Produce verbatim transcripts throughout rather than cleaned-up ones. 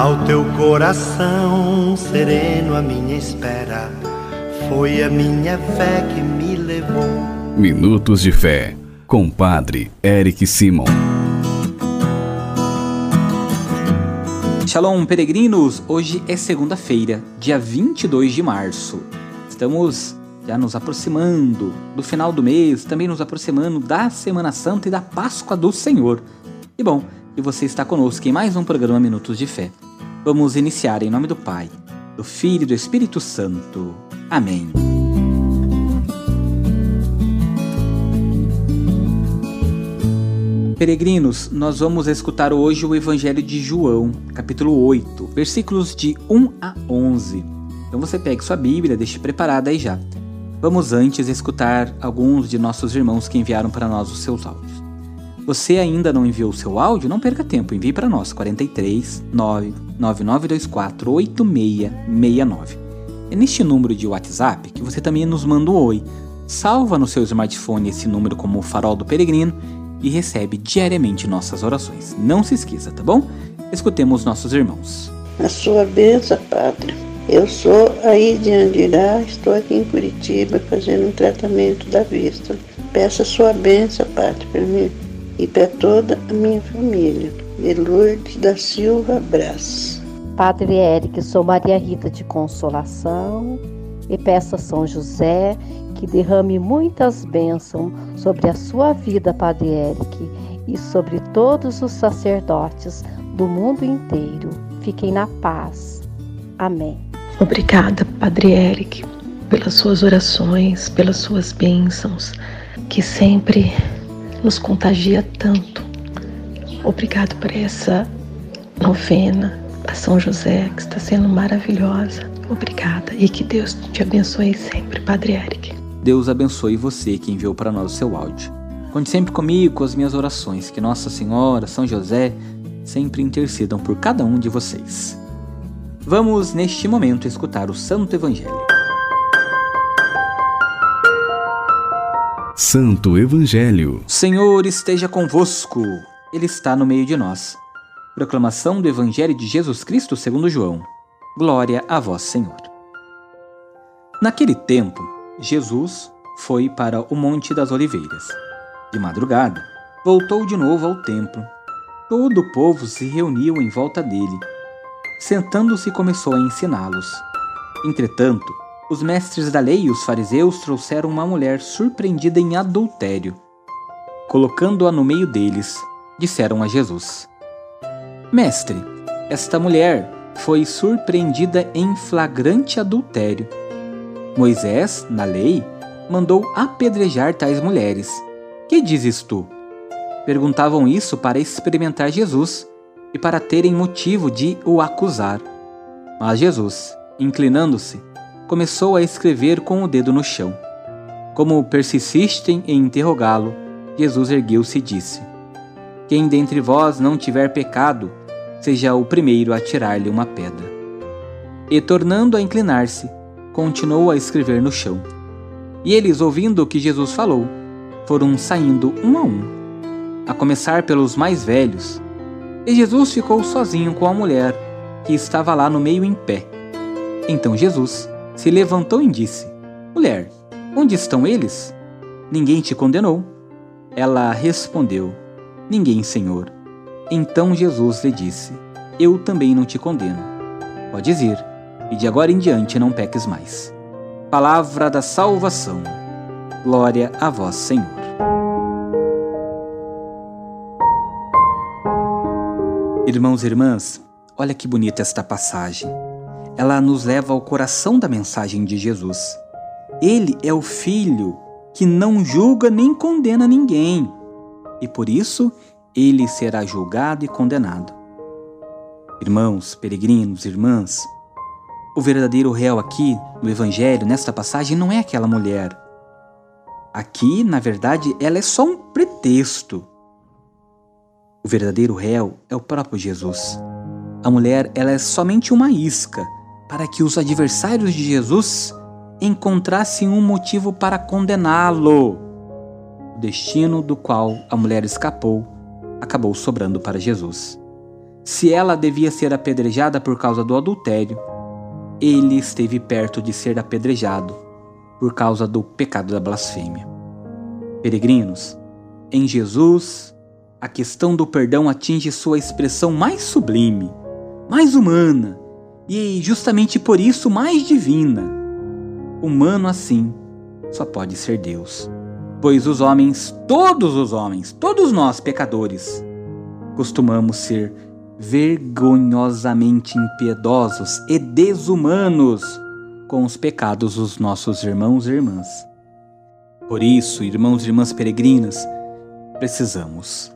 Ao teu coração sereno a minha espera, foi a minha fé que me levou. Minutos de Fé, com Padre Eric Simon. Shalom, peregrinos! Hoje é segunda-feira, dia vinte e dois de março. Estamos já nos aproximando do final do mês, também nos aproximando da Semana Santa e da Páscoa do Senhor. Que bom que você está conosco em mais um programa Minutos de Fé. Vamos iniciar em nome do Pai, do Filho e do Espírito Santo. Amém. Peregrinos, nós vamos escutar hoje o Evangelho de João, capítulo oito, versículos de um a onze. Então você pegue sua Bíblia, deixe preparada aí já. Vamos antes escutar alguns de nossos irmãos que enviaram para nós os seus áudios. Você ainda não enviou o seu áudio? Não perca tempo, envie para nós, quarenta e três, nove nove nove dois quatro, oito seis seis nove. É neste número de WhatsApp que você também nos manda um oi. Salva no seu smartphone esse número como o Farol do Peregrino e recebe diariamente nossas orações. Não se esqueça, tá bom? Escutemos nossos irmãos. A sua bênção, Padre. Eu sou aí de Andirá, estou aqui em Curitiba fazendo um tratamento da vista. Peço a sua bênção, Padre, para mim e para toda a minha família. De Lourdes da Silva Brás. Padre Eric, sou Maria Rita de Consolação e peço a São José que derrame muitas bênçãos sobre a sua vida, Padre Eric, e sobre todos os sacerdotes do mundo inteiro. Fiquem na paz. Amém. Obrigada, Padre Eric, pelas suas orações, pelas suas bênçãos, que sempre nos contagia tanto. Obrigado por essa novena a São José, que está sendo maravilhosa. Obrigada e que Deus te abençoe sempre, Padre Eric. Deus abençoe você que enviou para nós o seu áudio. Conte sempre comigo com as minhas orações, que Nossa Senhora, São José, sempre intercedam por cada um de vocês. Vamos, neste momento, escutar o Santo Evangelho. Santo Evangelho. O Senhor esteja convosco, Ele está no meio de nós. Proclamação do Evangelho de Jesus Cristo segundo João. Glória a vós, Senhor. Naquele tempo, Jesus foi para o Monte das Oliveiras. De madrugada, voltou de novo ao templo. Todo o povo se reuniu em volta dele. Sentando-se, começou a ensiná-los. Entretanto, os mestres da lei e os fariseus trouxeram uma mulher surpreendida em adultério. Colocando-a no meio deles, disseram a Jesus: Mestre, esta mulher foi surpreendida em flagrante adultério. Moisés, na lei, mandou apedrejar tais mulheres. Que dizes tu? Perguntavam isso para experimentar Jesus e para terem motivo de o acusar. Mas Jesus, inclinando-se, começou a escrever com o dedo no chão. Como persistem em interrogá-lo, Jesus ergueu-se e disse: Quem dentre vós não tiver pecado, seja o primeiro a tirar-lhe uma pedra. E, tornando a inclinar-se, continuou a escrever no chão. E eles, ouvindo o que Jesus falou, foram saindo um a um, a começar pelos mais velhos. E Jesus ficou sozinho com a mulher, que estava lá no meio em pé. Então Jesus se levantou e disse: Mulher, onde estão eles? Ninguém te condenou? Ela respondeu: Ninguém, Senhor. Então Jesus lhe disse: Eu também não te condeno. Podes ir, e de agora em diante não peques mais. Palavra da salvação. Glória a vós, Senhor. Irmãos e irmãs, olha que bonita esta passagem. Ela nos leva ao coração da mensagem de Jesus. Ele é o Filho que não julga nem condena ninguém, e por isso ele será julgado e condenado. Irmãos, peregrinos, irmãs, o verdadeiro réu aqui no Evangelho, nesta passagem, não é aquela mulher. Aqui, na verdade, ela é só um pretexto. O verdadeiro réu é o próprio Jesus. A mulher, ela é somente uma isca para que os adversários de Jesus encontrassem um motivo para condená-lo. O destino do qual a mulher escapou acabou sobrando para Jesus. Se ela devia ser apedrejada por causa do adultério, ele esteve perto de ser apedrejado por causa do pecado da blasfêmia. Peregrinos, em Jesus, a questão do perdão atinge sua expressão mais sublime, mais humana e justamente por isso mais divina. Humano assim só pode ser Deus, pois os homens, todos os homens, todos nós pecadores, costumamos ser vergonhosamente impiedosos e desumanos com os pecados dos nossos irmãos e irmãs. Por isso, irmãos e irmãs peregrinas, precisamos,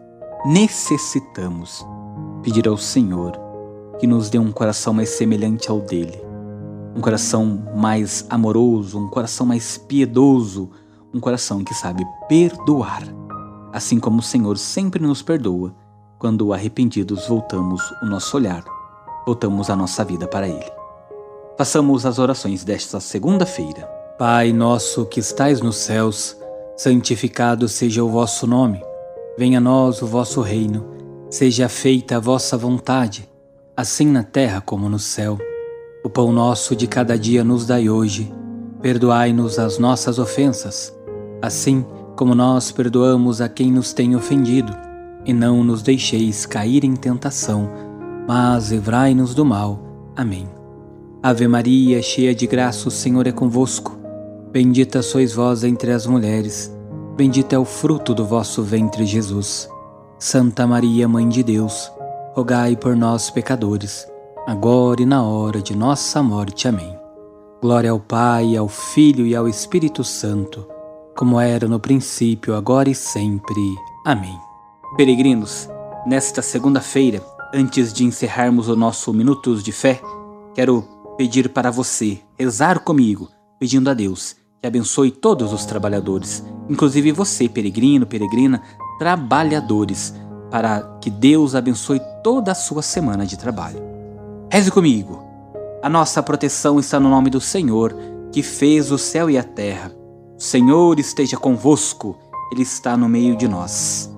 necessitamos pedir ao Senhor que nos dê um coração mais semelhante ao dele, um coração mais amoroso, um coração mais piedoso, um coração que sabe perdoar, assim como o Senhor sempre nos perdoa quando arrependidos voltamos o nosso olhar, voltamos a nossa vida para ele. Façamos as orações desta segunda-feira. Pai nosso que estais nos céus, santificado seja o vosso nome. Venha a nós o vosso reino. Seja feita a vossa vontade, assim na terra como no céu. O pão nosso de cada dia nos dai hoje. Perdoai-nos as nossas ofensas, assim como nós perdoamos a quem nos tem ofendido. E não nos deixeis cair em tentação, mas livrai-nos do mal. Amém. Ave Maria, cheia de graça, o Senhor é convosco. Bendita sois vós entre as mulheres, bendito é o fruto do vosso ventre, Jesus. Santa Maria, Mãe de Deus, rogai por nós, pecadores, agora e na hora de nossa morte. Amém. Glória ao Pai, ao Filho e ao Espírito Santo, como era no princípio, agora e sempre. Amém. Peregrinos, nesta segunda-feira, antes de encerrarmos o nosso Minutos de Fé, quero pedir para você rezar comigo, pedindo a Deus que abençoe todos os trabalhadores, inclusive você, peregrino, peregrina, trabalhadores, para que Deus abençoe toda a sua semana de trabalho. Reze comigo. A nossa proteção está no nome do Senhor, que fez o céu e a terra. O Senhor esteja convosco, Ele está no meio de nós.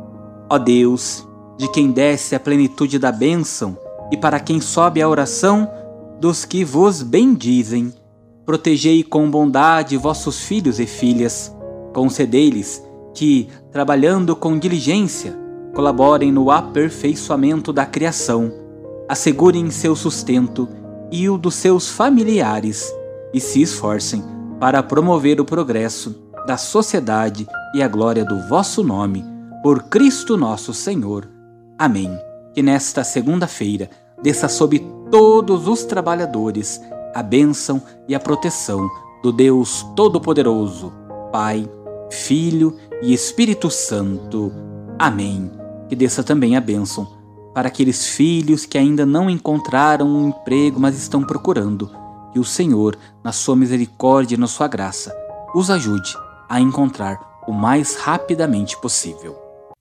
Ó Deus, de quem desce a plenitude da bênção e para quem sobe a oração dos que vos bendizem, protegei com bondade vossos filhos e filhas, concedei-lhes que, trabalhando com diligência, colaborem no aperfeiçoamento da criação, assegurem seu sustento e o dos seus familiares e se esforcem para promover o progresso da sociedade e a glória do vosso nome, por Cristo nosso Senhor. Amém. Que nesta segunda-feira desça sobre todos os trabalhadores a bênção e a proteção do Deus Todo-Poderoso, Pai, Filho e Espírito Santo. Amém. Que desça também a bênção para aqueles filhos que ainda não encontraram um emprego, mas estão procurando. Que o Senhor, na sua misericórdia e na sua graça, os ajude a encontrar o mais rapidamente possível.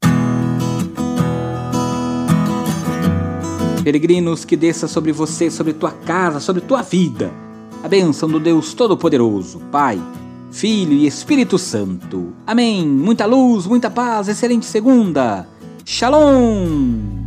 Peregrinos, que desça sobre você, sobre tua casa, sobre tua vida, a bênção do Deus Todo-Poderoso, Pai, Filho e Espírito Santo. Amém. Muita luz, muita paz, excelente segunda. Shalom.